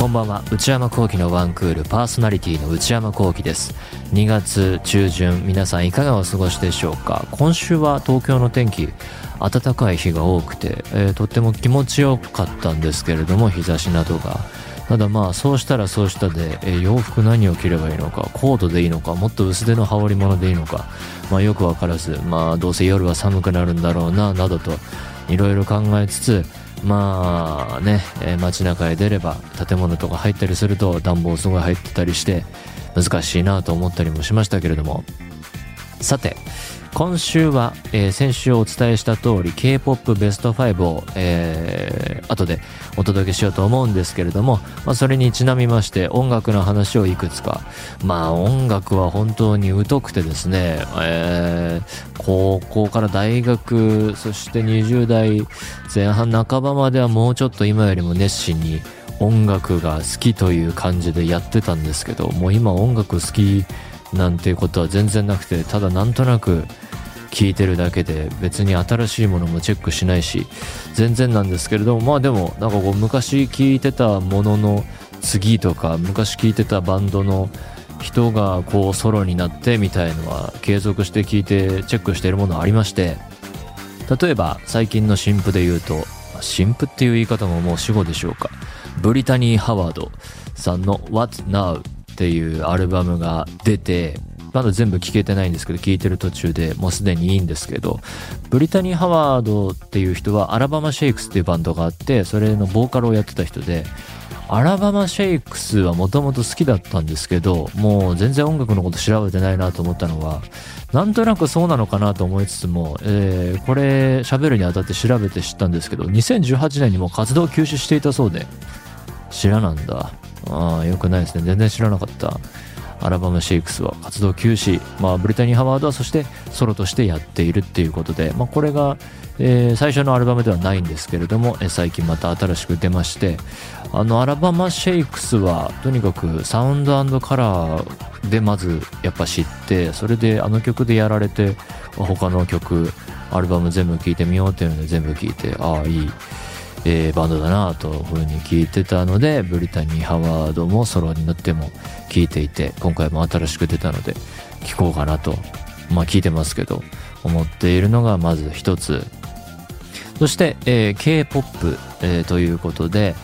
こんばんは。内山聖輝のワンクールパーソナリティの内山聖輝です。2月中旬、皆さんいかがお過ごしでしょうか。今週は東京の天気暖かい日が多くて、とっても気持ちよかったんですけれども、日差しなどがただそうしたらそうしたで、洋服何を着ればいいのか、コートでいいのか、もっと薄手の羽織物でいいのか、よくわからず、どうせ夜は寒くなるんだろうななどといろいろ考えつつ、街中へ出れば建物とか入ったりすると暖房すごい入ってたりして難しいなと思ったりもしましたけれども、さて今週は、先週お伝えした通り K-POP ベスト5を、後でお届けしようと思うんですけれども、それにちなみまして音楽の話をいくつか、音楽は本当に疎くてですね、高校から大学、そして20代前半半ばまではもうちょっと今よりも熱心に音楽が好きという感じでやってたんですけど、もう今音楽好きなんていうことは全然なくて、ただなんとなく聴いてるだけで別に新しいものもチェックしないし全然なんですけれども、でもなんか昔聴いてたものの次とか、昔聴いてたバンドの人がソロになってみたいのは継続して聴いてチェックしているものありまして、例えば最近の新譜で言うと、新譜っていう言い方ももう死語でしょうか、ブリタニー・ハワードさんの What Nowっていうアルバムが出て、まだ全部聴けてないんですけど、聴いてる途中でもうすでにいいんですけど、ブリタニー・ハワードっていう人はアラバマ・シェイクスっていうバンドがあって、それのボーカルをやってた人で、アラバマ・シェイクスはもともと好きだったんですけど、もう全然音楽のこと調べてないなと思ったのは、なんとなくそうなのかなと思いつつも、これ喋るにあたって調べて知ったんですけど、2018年にも活動休止していたそうで、知らなんだ。よくないですね。全然知らなかった。アラバマシェイクスは活動休止、ブリタニー・ハワードはそしてソロとしてやっているっていうことで、これが、最初のアルバムではないんですけれども、最近また新しく出まして、アラバマシェイクスはとにかくサウンド&カラーでまずやっぱ知って、それであの曲でやられて、他の曲アルバム全部聴いてみようっていうので全部聴いて、いいバンドだなというふうに聞いてたので、ブリタニー・ハワードもソロになっても聞いていて、今回も新しく出たので聞こうかなと、聞いてますけど思っているのがまず一つ。そして、K-POP、ということで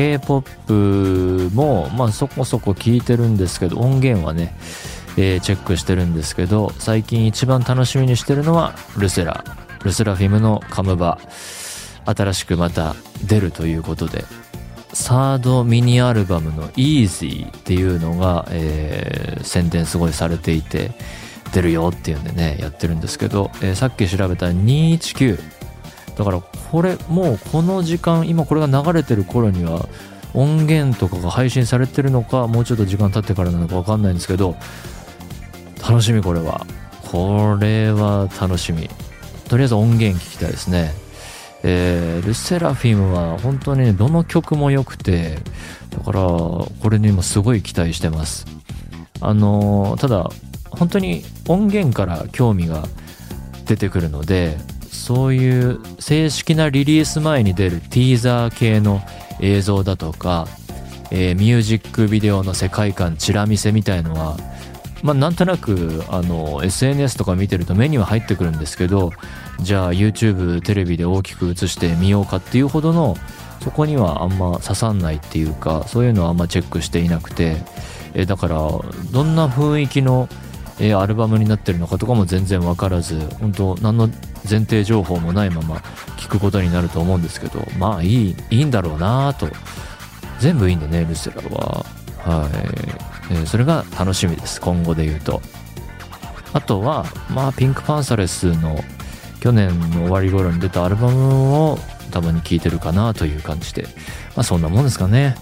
K-POP もそこそこ聞いてるんですけど、音源はね、チェックしてるんですけど、最近一番楽しみにしてるのはルセラフィムのカムバ、新しくまた出るということで、サードミニアルバムの Easy っていうのが、宣伝すごいされていて、出るよっていうんでねやってるんですけど、さっき調べた219だから、これもうこの時間、今これが流れてる頃には音源とかが配信されてるのか、もうちょっと時間経ってからなのか分かんないんですけど、楽しみ。これは楽しみ。とりあえず音源聞きたいですね。ルセラフィムは本当にどの曲も良くて、だからこれにもすごい期待してます。ただ本当に音源から興味が出てくるので、そういう正式なリリース前に出るティーザー系の映像だとか、ミュージックビデオの世界観チラ見せみたいのは、なんとなくSNS とか見てると目には入ってくるんですけど、じゃあ YouTube テレビで大きく映してみようかっていうほどの、そこにはあんま刺さんないっていうか、そういうのはあんまチェックしていなくて、だからどんな雰囲気のアルバムになってるのかとかも全然わからず、本当何の前提情報もないまま聞くことになると思うんですけど、いいんだろうなと。全部いいんでね、ルセラは。それが楽しみです、今後で言うと。あとはピンクパンサレスの去年の終わり頃に出たアルバムをたまに聴いてるかなという感じで、そんなもんですかね。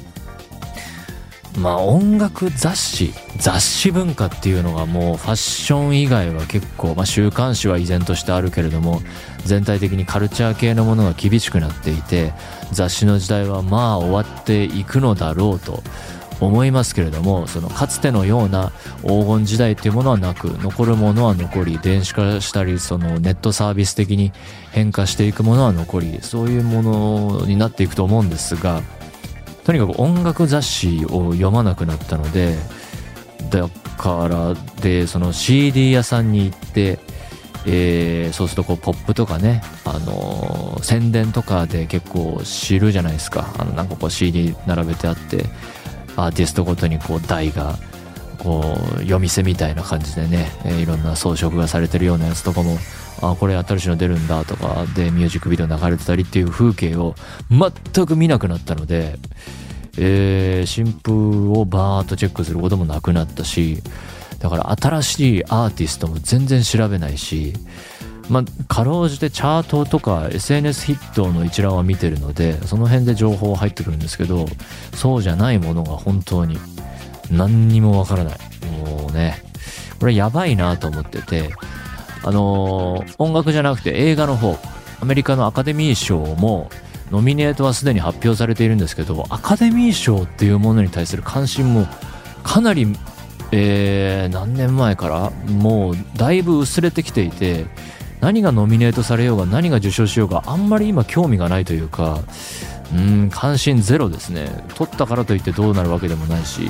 音楽雑誌文化っていうのがもうファッション以外は結構、週刊誌は依然としてあるけれども、全体的にカルチャー系のものが厳しくなっていて、雑誌の時代は終わっていくのだろうと思いますけれども、そのかつてのような黄金時代っていうものはなく、残るものは残り、電子化したり、そのネットサービス的に変化していくものは残り、そういうものになっていくと思うんですが、 とにかく音楽雑誌を読まなくなったので、だからでその CD 屋さんに行って、そうするとこうポップとかね、宣伝とかで結構知るじゃないですか。なんかこう CD 並べてあって、アーティストごとにこう台がこう夜店みたいな感じでね、いろんな装飾がされてるようなやつとかも、これ新しいの出るんだとかでミュージックビデオ流れてたりっていう風景を全く見なくなったので、新譜をバーッとチェックすることもなくなったし、だから新しいアーティストも全然調べないし、かろうじてチャートとか SNS ヒットの一覧は見てるので、その辺で情報は入ってくるんですけど、そうじゃないものが本当に何にもわからない。もうね、これやばいなと思ってて、音楽じゃなくて映画の方、アメリカのアカデミー賞もノミネートはすでに発表されているんですけど、アカデミー賞っていうものに対する関心もかなり、何年前からもうだいぶ薄れてきていて、何がノミネートされようが何が受賞しようがあんまり今興味がないというか、関心ゼロですね。取ったからといってどうなるわけでもないし、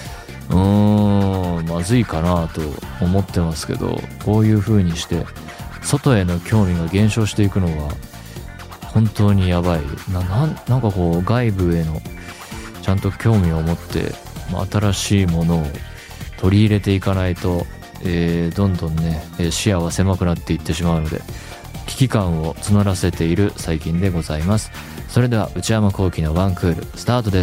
まずいかなと思ってますけど、こういう風にして外への興味が減少していくのは本当にやばい。なんかこう外部へのちゃんと興味を持って、新しいものを取り入れていかないと、どんどんね視野は狭くなっていってしまうので、危機感を募らせている最近でございます。それでは内山聖輝のワンクールスタートです。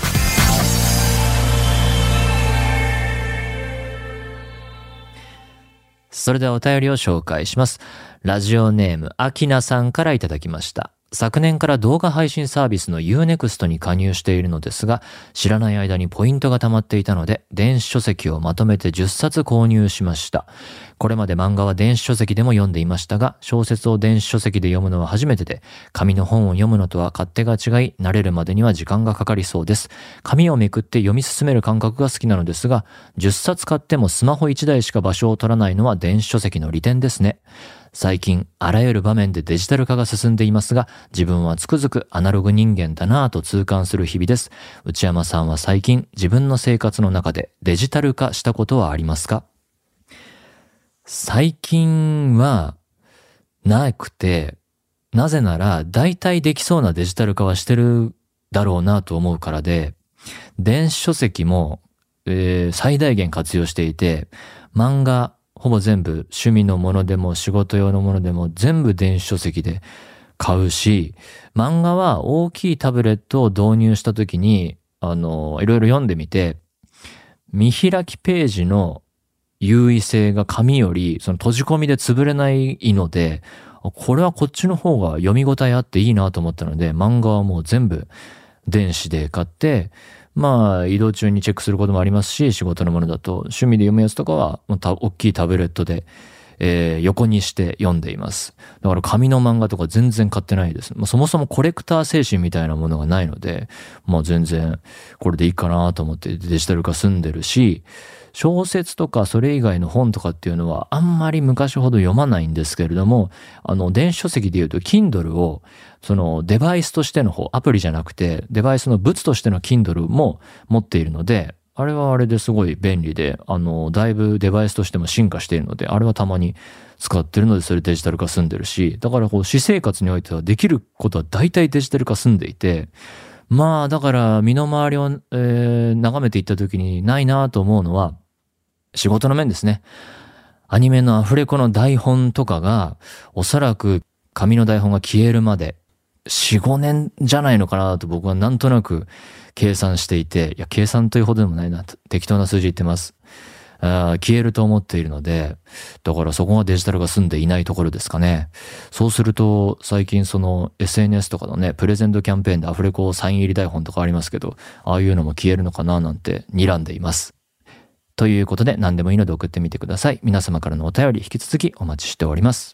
それではお便りを紹介します。ラジオネームアキナさんからいただきました。昨年から動画配信サービスの Unext に加入しているのですが、知らない間にポイントが溜まっていたので、電子書籍をまとめて10冊購入しました。これまで漫画は電子書籍でも読んでいましたが、小説を電子書籍で読むのは初めてで、紙の本を読むのとは勝手が違い、慣れるまでには時間がかかりそうです。紙をめくって読み進める感覚が好きなのですが、10冊買ってもスマホ1台しか場所を取らないのは電子書籍の利点ですね。最近あらゆる場面でデジタル化が進んでいますが、自分はつくづくアナログ人間だなぁと痛感する日々です。内山さんは最近自分の生活の中でデジタル化したことはありますか？最近はなくて、なぜなら大体できそうなデジタル化はしてるだろうなと思うからで、電子書籍も、最大限活用していて、漫画ほぼ全部趣味のものでも仕事用のものでも全部電子書籍で買うし、漫画は大きいタブレットを導入した時にいろいろ読んでみて、見開きページの優位性が紙よりその閉じ込みで潰れないので、これはこっちの方が読み応えあっていいなと思ったので、漫画はもう全部電子で買って、移動中にチェックすることもありますし、仕事のものだと趣味で読むやつとかは大きいタブレットで、横にして読んでいます。だから紙の漫画とか全然買ってないです。そもそもコレクター精神みたいなものがないので、全然これでいいかなと思ってデジタル化済んでるし、小説とかそれ以外の本とかっていうのはあんまり昔ほど読まないんですけれども、電子書籍で言うと Kindle をそのデバイスとしての方、アプリじゃなくてデバイスの物としての Kindle も持っているので、あれはあれですごい便利で、だいぶデバイスとしても進化しているので、あれはたまに使ってるので、それデジタル化済んでるし、だから私生活においてはできることは大体デジタル化済んでいて、だから身の回りを、眺めていった時にないなと思うのは、仕事の面ですね。アニメのアフレコの台本とかが、おそらく紙の台本が消えるまで、4、5年じゃないのかなと僕はなんとなく計算していて、いや、計算というほどでもないな、適当な数字言ってます。消えると思っているので、だからそこがデジタルが済んでいないところですかね。そうすると、最近その SNS とかのね、プレゼントキャンペーンでアフレコサイン入り台本とかありますけど、ああいうのも消えるのかななんて睨んでいます。ということで、何でもいいので送ってみてください。皆様からのお便り引き続きお待ちしております。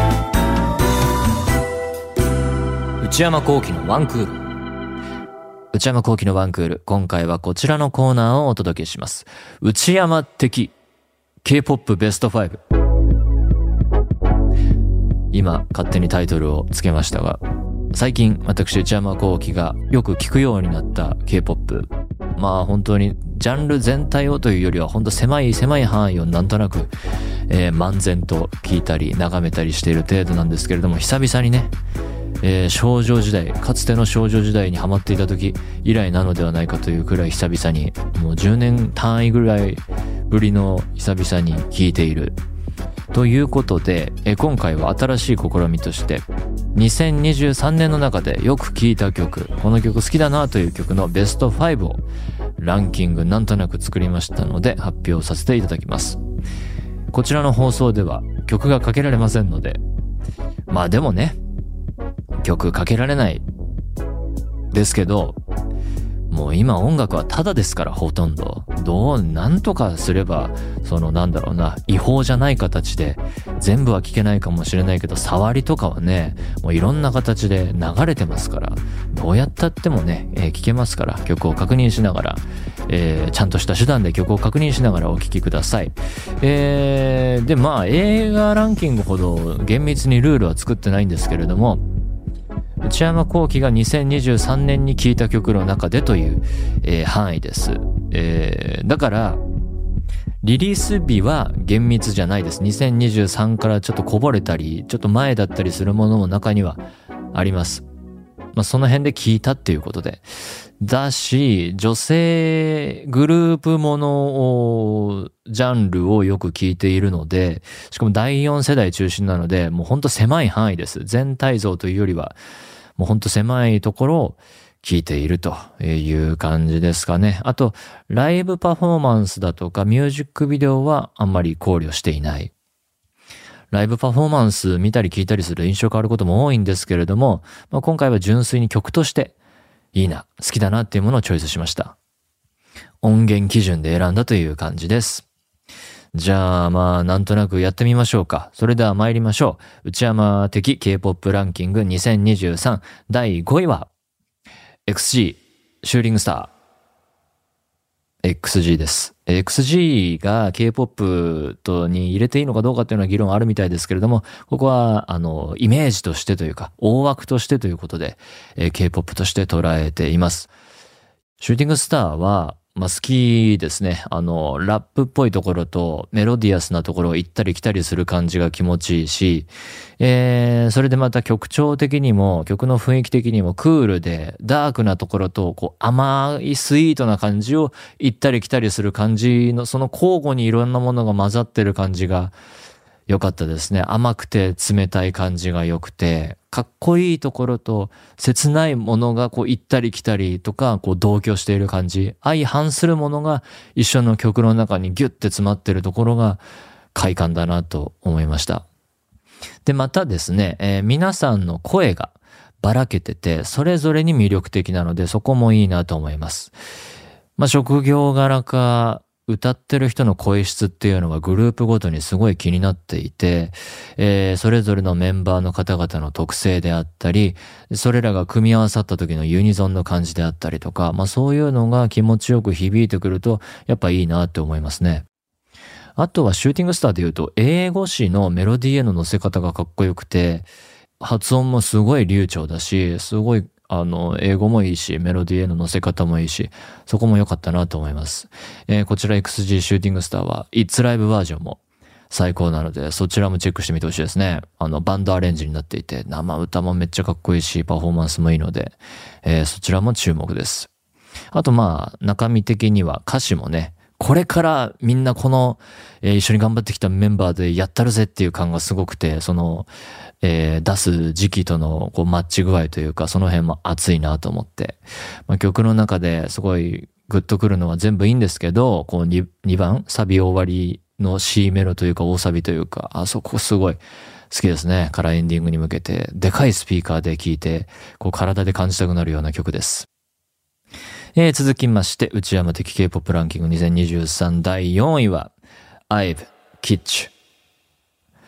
内山聖輝のワンクール。 内山聖輝のワンクール。今回はこちらのコーナーをお届けします。内山的 K-POP ベスト5。今、勝手にタイトルをつけましたが、最近、私、内山聖輝がよく聞くようになった K-POP。まあ本当に、ジャンル全体をというよりは、本当狭い範囲をなんとなく、漫然と聞いたり、眺めたりしている程度なんですけれども、久々にね、少女時代、かつての少女時代にハマっていた時以来なのではないかというくらい久々に、もう10年単位ぐらいぶりの久々に聴いている。ということで、今回は新しい試みとして、2023年の中でよく聴いた曲、この曲好きだなという曲のベスト5をランキングなんとなく作りましたので発表させていただきます。こちらの放送では曲がかけられませんので、まあでもね、曲かけられないですけど、もう今音楽はタダですから、ほとんどなんとかすれば、違法じゃない形で全部は聴けないかもしれないけど、触りとかはね、もういろんな形で流れてますから、どうやったってもね、聴けますから、曲を確認しながら、ちゃんとした手段で曲を確認しながらお聴きください。で、まあ映画ランキングほど厳密にルールは作ってないんですけれども、内山聖輝が2023年に聴いた曲の中でという、範囲です。だから、リリース日は厳密じゃないです。2023からちょっとこぼれたり、ちょっと前だったりするものも中にはあります。まあ、その辺で聴いたっていうことで。だし、女性グループものを、ジャンルをよく聴いているので、しかも第4世代中心なので、もうほんと狭い範囲です。全体像というよりは、もうほんと狭いところを聴いているという感じですかね。あと、ライブパフォーマンスだとかミュージックビデオはあんまり考慮していない。ライブパフォーマンス見たり聞いたりする印象変わることも多いんですけれども、まあ、今回は純粋に曲としていいな、好きだなっていうものをチョイスしました。音源基準で選んだという感じです。じゃあまあなんとなくやってみましょうか。それでは参りましょう。内山的 K-POP ランキング2023第5位は XG シューリングスター。XG です。XG が K-POP に入れていいのかどうかっていうのは議論あるみたいですけれども、ここはイメージとしてというか大枠としてということで、K-POP として捉えています。シューティングスターはまあ好きですね。ラップっぽいところとメロディアスなところを行ったり来たりする感じが気持ちいいし、それでまた曲調的にも曲の雰囲気的にもクールでダークなところとこう甘いスイートな感じを行ったり来たりする感じのその交互にいろんなものが混ざってる感じが良かったですね。甘くて冷たい感じが良くて、かっこいいところと切ないものがこう行ったり来たりとかこう同居している感じ、相反するものが一緒の曲の中にギュッて詰まってるところが快感だなと思いました。で、またですね、皆さんの声がばらけててそれぞれに魅力的なのでそこもいいなと思います。まあ職業柄か歌ってる人の声質っていうのがグループごとにすごい気になっていて、それぞれのメンバーの方々の特性であったり、それらが組み合わさった時のユニゾンの感じであったりとか、まあそういうのが気持ちよく響いてくると、やっぱいいなって思いますね。あとはシューティングスターで言うと、英語詞のメロディーへの乗せ方がかっこよくて、発音もすごい流暢だし、すごい英語もいいし、メロディーへの乗せ方もいいし、そこも良かったなと思います。こちら XG シューティングスターは It's Live バージョンも最高なので、そちらもチェックしてみてほしいですね。バンドアレンジになっていて、生歌もめっちゃかっこいいし、パフォーマンスもいいので、そちらも注目です。あとまあ、中身的には歌詞もね、これからみんなこの、一緒に頑張ってきたメンバーでやったるぜっていう感がすごくて、出す時期とのこうマッチ具合というか、その辺も熱いなと思って。まあ、曲の中ですごいグッとくるのは全部いいんですけど、こう 2番、サビ終わりの C メロというか大サビというか、あそこすごい好きですね。からエンディングに向けて、でかいスピーカーで聴いて、こう体で感じたくなるような曲です。続きまして、内山的 K-POP ランキング2023第4位は、I've Kitsch。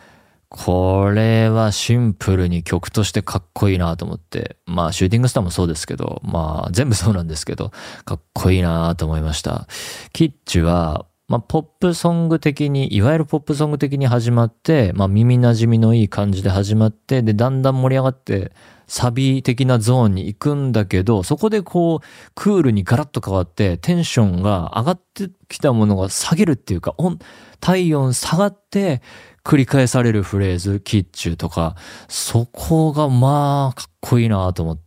これはシンプルに曲としてかっこいいなと思って、まあシューティングスターもそうですけど、まあ全部そうなんですけど、かっこいいなと思いました。キッチは、まあポップソング的に、いわゆるポップソング的に始まって、まあ耳馴染みのいい感じで始まって、で、だんだん盛り上がって、サビ的なゾーンに行くんだけど、そこでこう、クールにガラッと変わって、テンションが上がってきたものが下げるっていうか、体温下がって、繰り返されるフレーズ、キッチュとか、そこがまあ、かっこいいなと思って、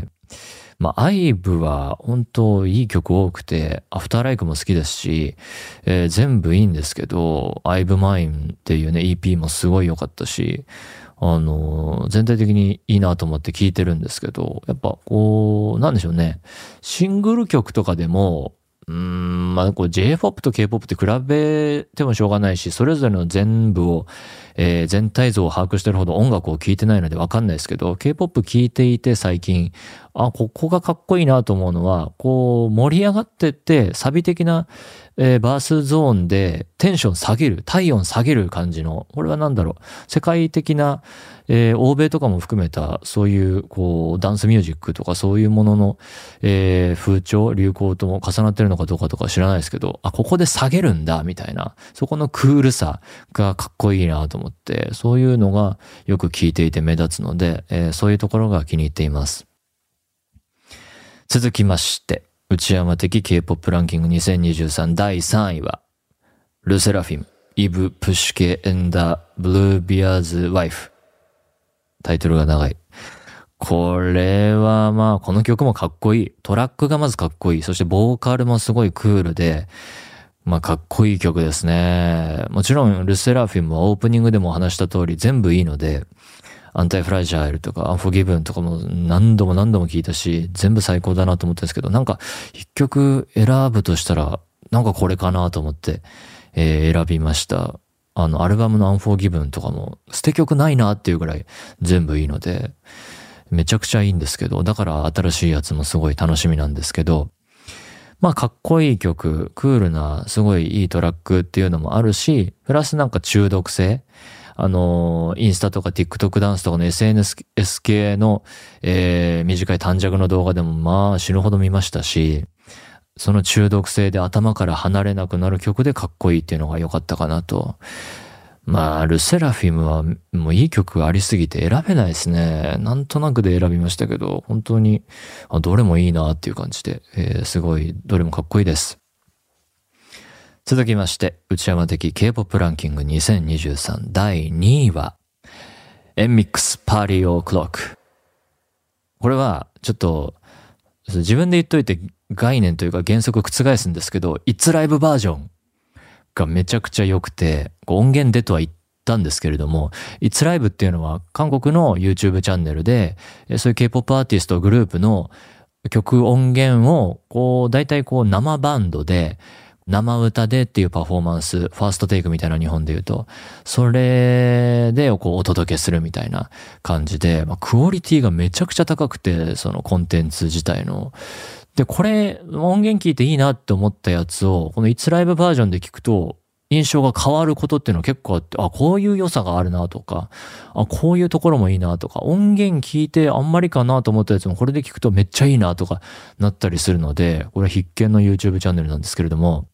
まあ、アイブは本当いい曲多くて、アフターライクも好きですし、全部いいんですけど、アイブマインっていうね、EP もすごい良かったし、全体的にいいなと思って聴いてるんですけど、やっぱこう、なんでしょうね。シングル曲とかでも、まあ、こう J-POP と K-POP って比べてもしょうがないし、それぞれの全部を、全体像を把握してるほど音楽を聴いてないのでわかんないですけど、K-POP 聴いていて最近、ここがかっこいいなと思うのは、こう盛り上がってって、サビ的な、バースゾーンでテンション下げる、体温下げる感じの、これはなんだろう、世界的な、欧米とかも含めた、そういう、こう、ダンスミュージックとかそういうものの、風潮、流行とも重なってるのかどうかとか知らないですけど、ここで下げるんだ、みたいな、そこのクールさがかっこいいなと思って、そういうのがよく聞いていて目立つので、そういうところが気に入っています。続きまして、内山的 K-POP ランキング2023第3位は、ルセラフィム、イブ・プシュケ・エンダ・ブルービアーズ・ワイフ。タイトルが長い。これはまあ、この曲もかっこいい。トラックがまずかっこいい。そしてボーカルもすごいクールで、まあかっこいい曲ですね。もちろんルセラフィムはオープニングでも話した通り全部いいので、アンタイフライジャイルとかアンフォギブンとかも何度も聞いたし、全部最高だなと思ってるんですけど、なんか一曲選ぶとしたら、なんかこれかなと思って、選びました。アルバムのアンフォギブンとかも捨て曲ないなっていうぐらい全部いいので、めちゃくちゃいいんですけど、だから新しいやつもすごい楽しみなんですけど、まあかっこいい曲、クールなすごいいいトラックっていうのもあるし、プラスなんか中毒性、インスタとか TikTok ダンスとかの SNS 系の、短い短尺の動画でもまあ死ぬほど見ましたし、その中毒性で頭から離れなくなる曲でかっこいいっていうのが良かったかなと。まあ、ルセラフィムはもういい曲がありすぎて選べないですね。なんとなくで選びましたけど、本当に、どれもいいなっていう感じで、すごい、どれもかっこいいです。続きまして、内山的 K-POP ランキング2023第2位は、NMIX Party O'Clock。これは、ちょっと、自分で言っといて概念というか原則覆すんですけど、It's Live バージョンがめちゃくちゃ良くて、音源でとは言ったんですけれども、It's Live っていうのは韓国の YouTube チャンネルで、そういう K-POP アーティストグループの曲音源を、こう、大体こう生バンドで、生歌でっていうパフォーマンス、ファーストテイクみたいな日本で言うと、それでこうお届けするみたいな感じで、クオリティがめちゃくちゃ高くて、そのコンテンツ自体の。で、これ音源聞いていいなって思ったやつを、この It's Live バージョンで聞くと、印象が変わることっていうのは結構あって、こういう良さがあるなとか、こういうところもいいなとか、音源聞いてあんまりかなと思ったやつもこれで聞くとめっちゃいいなとかなったりするので、これは必見の YouTube チャンネルなんですけれども、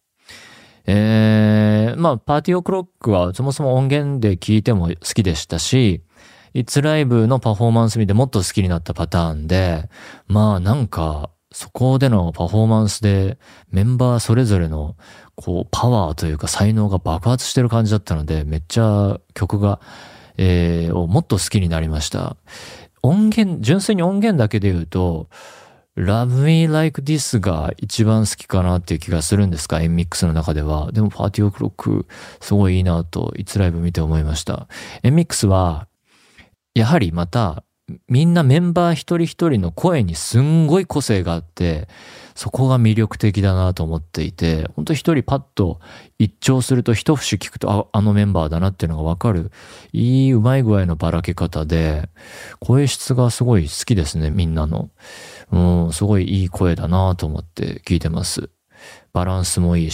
まあ、パーティーオクロックはそもそも音源で聞いても好きでしたし、It's Live のパフォーマンス見てもっと好きになったパターンで、まあなんか、そこでのパフォーマンスでメンバーそれぞれのこうパワーというか才能が爆発してる感じだったので、めっちゃ曲が、をもっと好きになりました。純粋に音源だけで言うと、Love Me Like This が一番好きかなっていう気がするんですか、NMIX の中では。でもパーティーオクロックすごいいいなと、It's Live 見て思いました。NMIX は、やはりまた、みんなメンバー一人一人の声にすんごい個性があって、そこが魅力的だなと思っていて、本当一人パッと一聴すると一節聞くと、あのメンバーだなっていうのがわかる、いいうまい具合のばらけ方で、声質がすごい好きですね、みんなの。すごいいい声だなと思って聞いてます。バランスもいいし、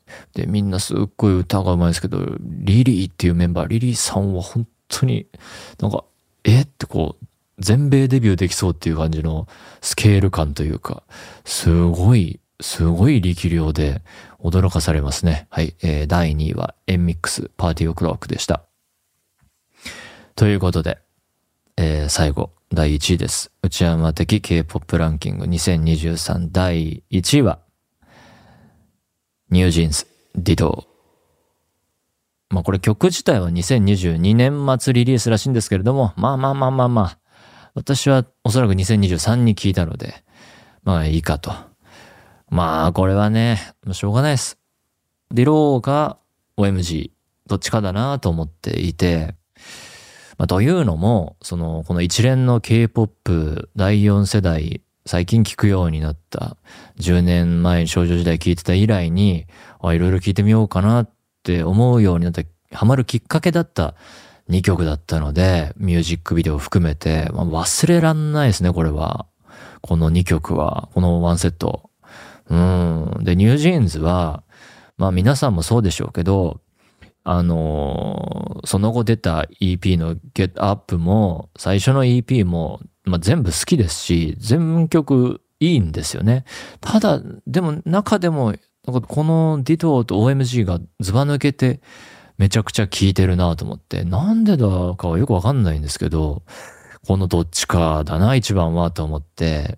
で、みんなすっごい歌が上手いですけど、リリーっていうメンバー、リリーさんは本当になんか、ってこう、全米デビューできそうっていう感じのスケール感というか、すごい力量で驚かされますね。はい。第2位はエンミックスパーティーオクロックでした。ということで、最後、第1位です。内山的 K-POP ランキング2023第1位は、ニュージーンズ、ディトー。まあこれ曲自体は2022年末リリースらしいんですけれども、まあ、私はおそらく2023に聞いたので、まあいいかと。まあこれはね、しょうがないです。ディローか OMG、どっちかだなと思っていて、まあというのも、この一連の K-POP 第4世代、最近聞くようになった10年前に少女時代聞いてた以来に、いろいろ聞いてみようかなって思うようになった、ハマるきっかけだった2曲だったので、ミュージックビデオを含めて、まあ、忘れらんないですね、これは。この2曲は、このワンセット。で、ニュージーンズは、まあ皆さんもそうでしょうけど、その後出た EP の Get Up も、最初の EP も、まあ、全部好きですし、全曲いいんですよね。ただ、でも中でも、このディトーと OMG がズバ抜けてめちゃくちゃ聴いてるなと思って、なんでだかはよくわかんないんですけど、このどっちかだな、一番はと思って、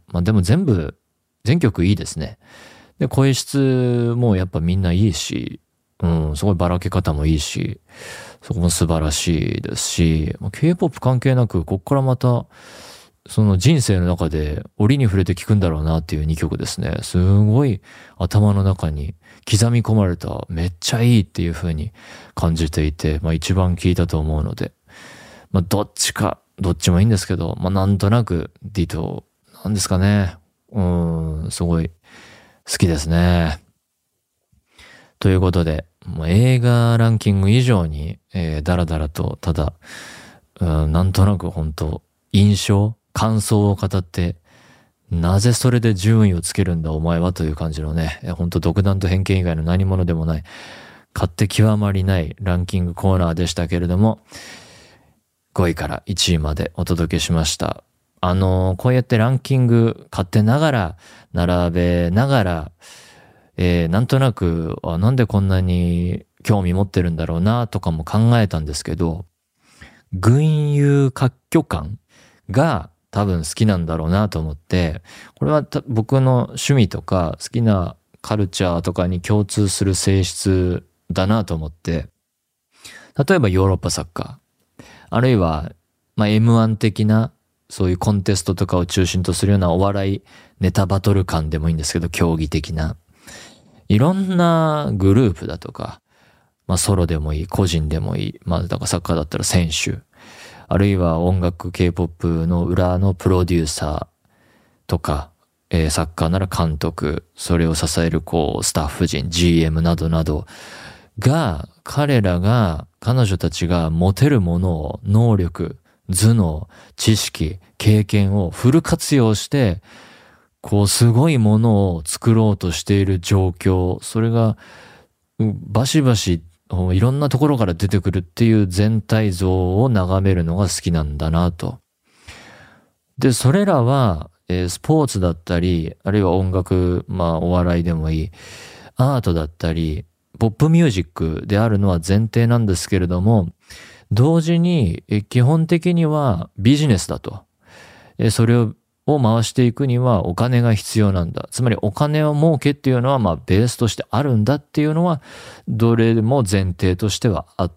まあでも全曲いいですね。で、声質もやっぱみんないいし、すごいばらけ方もいいし、そこも素晴らしいですし、K-POP 関係なく、こっからまた、その人生の中で折に触れて聴くんだろうなっていう2曲ですね。すごい頭の中に刻み込まれた、めっちゃいいっていう風に感じていて、まあ一番聴いたと思うので、まあどっちもいいんですけど、まあなんとなくディトー、なんですかね。すごい好きですね。ということで、映画ランキング以上に、だらだらと、ただ、なんとなく本当感想を語って、なぜそれで順位をつけるんだお前はという感じのね、本当独断と偏見以外の何者でもない、勝手極まりないランキングコーナーでしたけれども、5位から1位までお届けしました。こうやってランキング勝手ながら、並べながら、なんとなく、なんでこんなに興味持ってるんだろうなとかも考えたんですけど、群雄割拠感が多分好きなんだろうなと思って、これは僕の趣味とか好きなカルチャーとかに共通する性質だなと思って、例えばヨーロッパサッカー、あるいは、M1 的なそういうコンテストとかを中心とするようなお笑いネタバトル感でもいいんですけど、競技的な。いろんなグループだとか、ソロでもいい、個人でもいい、だからサッカーだったら選手、あるいは音楽 K-POP の裏のプロデューサーとか、サッカーなら監督、それを支えるスタッフ陣、GM などなどが、彼女たちが持てるものを、能力、頭脳、知識、経験をフル活用して、すごいものを作ろうとしている状況、それが、バシバシ、いろんなところから出てくるっていう全体像を眺めるのが好きなんだなと。で、それらは、スポーツだったり、あるいは音楽、お笑いでもいい、アートだったり、ポップミュージックであるのは前提なんですけれども、同時に、基本的にはビジネスだと。それを回していくにはお金が必要なんだ。つまりお金を儲けっていうのはベースとしてあるんだっていうのはどれも前提としてはあって、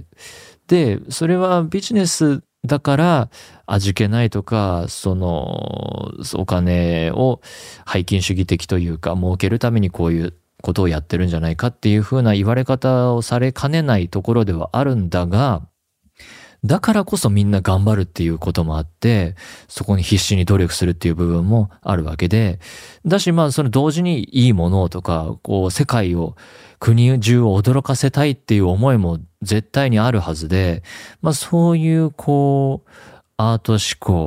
で、それはビジネスだから味気ないとか、お金を背金主義的というか儲けるためにこういうことをやってるんじゃないかっていう風な言われ方をされかねないところではあるんだが、だからこそみんな頑張るっていうこともあって、そこに必死に努力するっていう部分もあるわけで、だしその同時にいいものとか、世界を、国中を驚かせたいっていう思いも絶対にあるはずで、そういうアート思考、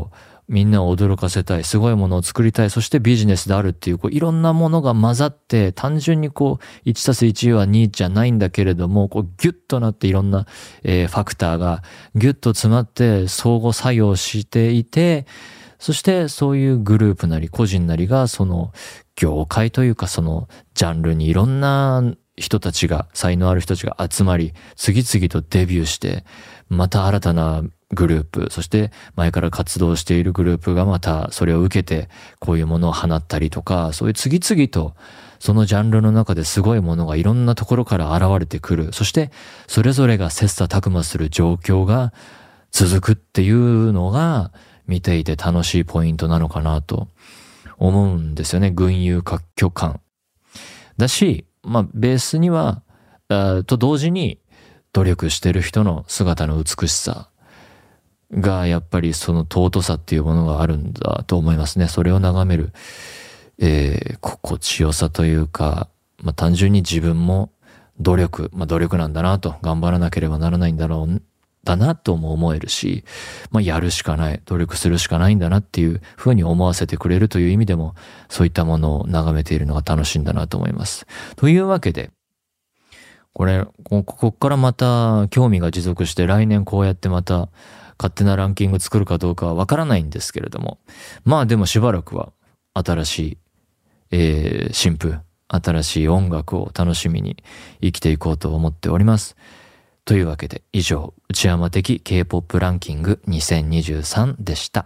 みんなを驚かせたい、すごいものを作りたい、そしてビジネスであるっていう、いろんなものが混ざって、単純に1+1 は2じゃないんだけれども、ギュッとなっていろんな、ファクターがギュッと詰まって相互作用していて、そしてそういうグループなり個人なりがその業界というかそのジャンルにいろんな人たちが、才能ある人たちが集まり、次々とデビューして、また新たなグループ、そして前から活動しているグループがまたそれを受けてこういうものを放ったりとか、そういう次々とそのジャンルの中ですごいものがいろんなところから現れてくる。そしてそれぞれが切磋琢磨する状況が続くっていうのが見ていて楽しいポイントなのかなと思うんですよね。群雄割拠感だし、ベースにはと同時に努力してる人の姿の美しさがやっぱりその尊さっていうものがあるんだと思いますね。それを眺める、心地よさというか、単純に自分も努力なんだなと、頑張らなければならないんだなとも思えるし、やるしかない、努力するしかないんだなっていうふうに思わせてくれるという意味でも、そういったものを眺めているのが楽しいんだなと思います。というわけで、ここからまた興味が持続して来年こうやってまた勝手なランキング作るかどうかはわからないんですけれども、でもしばらくは新しい、新譜、新しい音楽を楽しみに生きていこうと思っております。というわけで以上、内山的 K-POP ランキング2023でした。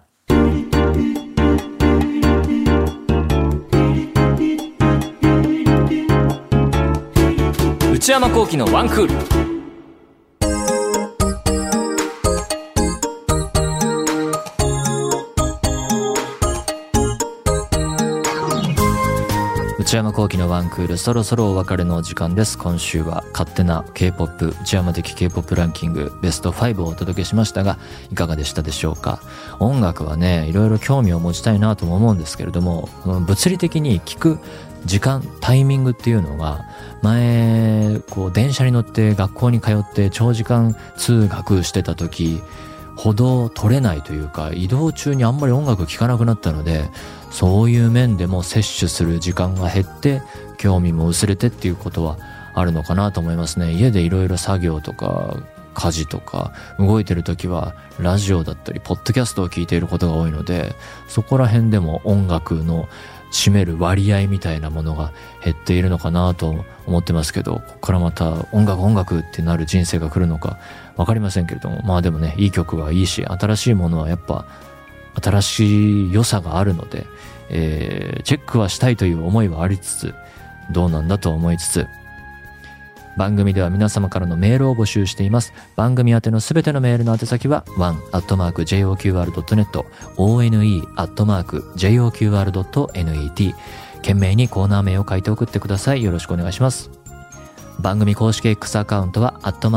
内山昂輝のワンクール。内山昂輝のワンクール、そろそろお別れのお時間です。今週は勝手な K-POP、内山的 K-POP ランキングベスト5をお届けしましたが、いかがでしたでしょうか。音楽はね、いろいろ興味を持ちたいなとも思うんですけれども、物理的に聴く時間、タイミングっていうのが、前電車に乗って学校に通って長時間通学してた時ほど取れないというか、移動中にあんまり音楽聴かなくなったので、そういう面でも摂取する時間が減って興味も薄れてっていうことはあるのかなと思いますね。家でいろいろ作業とか家事とか動いてる時はラジオだったりポッドキャストを聞いていることが多いので、そこら辺でも音楽の占める割合みたいなものが減っているのかなと思ってますけど、ここからまた音楽ってなる人生が来るのかわかりませんけれども、でもね、いい曲はいいし、新しいものはやっぱ新しい良さがあるので、チェックはしたいという思いはありつつ、どうなんだと思いつつ、番組では皆様からのメールを募集しています。番組宛てのすべてのメールの宛先は one@joqr.net one@joqr.net 懸命にコーナー名を書いて送ってください。よろしくお願いします。番組公式 X アカウントは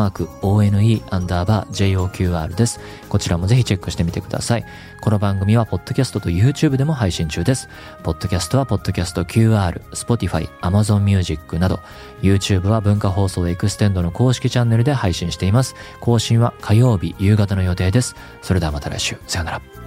@one_joqr です。こちらもぜひチェックしてみてください。この番組はポッドキャストと YouTube でも配信中です。ポッドキャストはポッドキャスト QR、Spotify、Amazon Music など、YouTube は文化放送エクステンドの公式チャンネルで配信しています。更新は火曜日夕方の予定です。それではまた来週。さよなら。